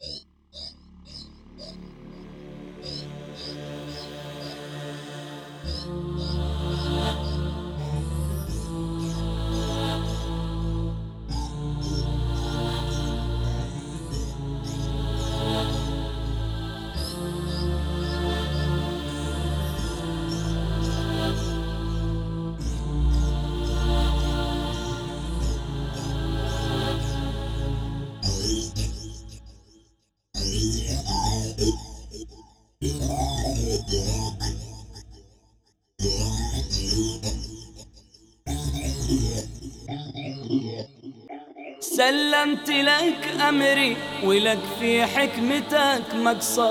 سلمت لك أمري ولك في حكمتك مقصد،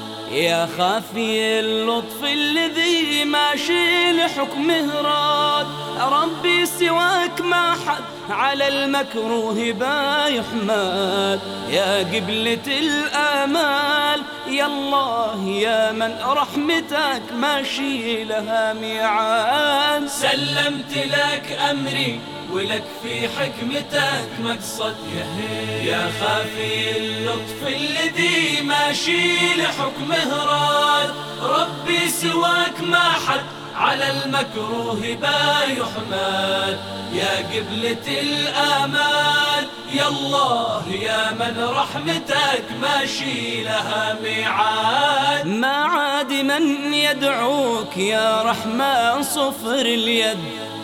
يا خافي اللطف الذي ماشي لحكمه راد. ربي سواك ما حد على المكروه بايحمد، يا قبلة الآمال يا الله يا من رحمتك ماشي لها ميعاد. سلمت لك أمري ولك في حكمتك مقصد، يا خافي اللطف الذي ماشي لحكمه راد. ربي سواك ما حد على المكروه بايحمد، يا قبلة الآمال يا الله يا من رحمتك ماشي لها ميعاد. ما عاد من يدعوك يا رحمن صفر اليد،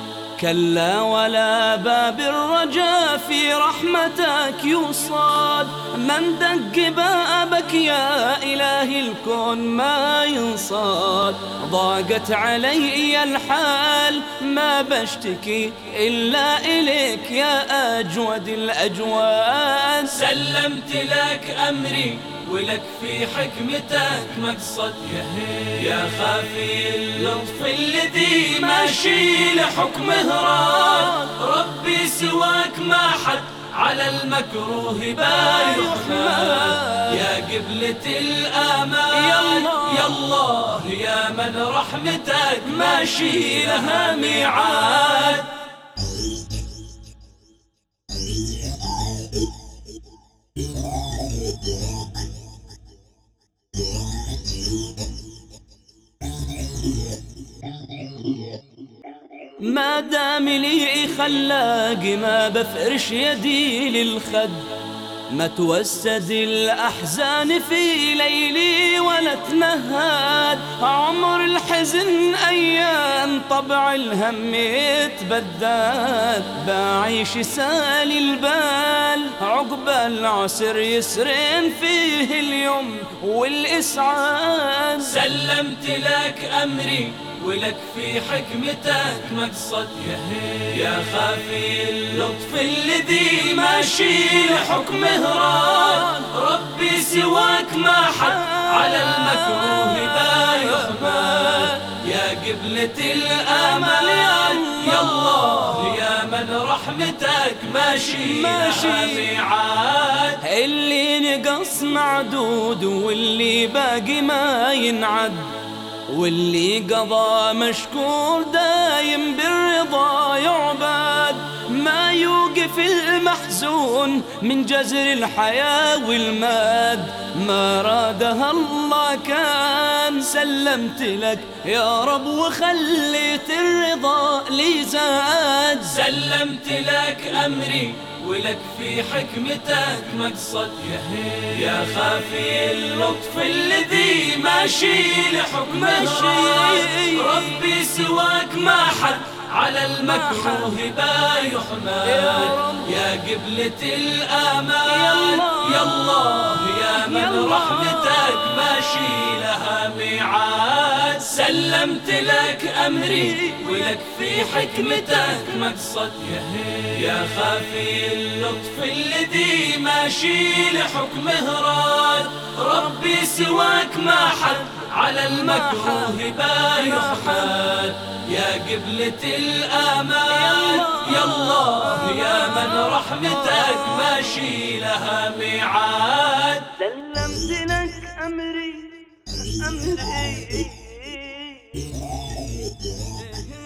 كلا ولا باب الرجاء في رحمتك يوصاد. من دق بابك يا إله الكون ما ينصاد، ضاقت علي الحال ما بشتكي إلا إليك يا أجود الأجواد. سلمت لك أمري ولك في حكمتك مقصد، يا خافي اللطف الذي ماشي لحكمه راد. ربي سواك ما حد على المكروه بايحمد، يا قبلة الآمال يا الله يا من رحمتك ماشي لها ميعاد. ما دام لي خلاق ما بفرش يدي للخد، ما توسد الأحزان في ليلي ولا تنهد. عمر الحزن أيام طبع الهم يتبدد، بعيش سالي البال عقب العسر يسرين فيه اليوم والإسعاد. سلمت لك أمري ولك في حكمتك مقصد، يا خافي اللطف الذي ماشي لحكمه راد. ربي سواك ما حد على المكروه بايحمد، يا قبلة الآمال يا الله يا من رحمتك ماشي لها ميعاد. اللي نقص معدود واللي باقي ما ينعد، واللي قضى مشكور دايم بالرضا يعبد. ما يوقف المحزون من جزر الحياة والماد، ما رادها الله كان. سلمت لك يا رب وخليت الرضا لي زاد. سلمت لك أمري ولك في حكمتك مقصد، يا خافي اللطف الذي ماشي لحكمه راد. ربي سواك ما حد على المكروه بايحمد، يا قبلة الآمال يا الله يا من رحمتك ماشي لها ميعاد. سلمت لك أمري ولك في حكمتك مقصد، يا خافي اللطف الذي ماشي لحكمه راد. ربي سواك ما حد على المكروه بايحمد، يا قبلة الآمال يا الله يا من رحمتك ماشي لها ميعاد. سلمت لك أمري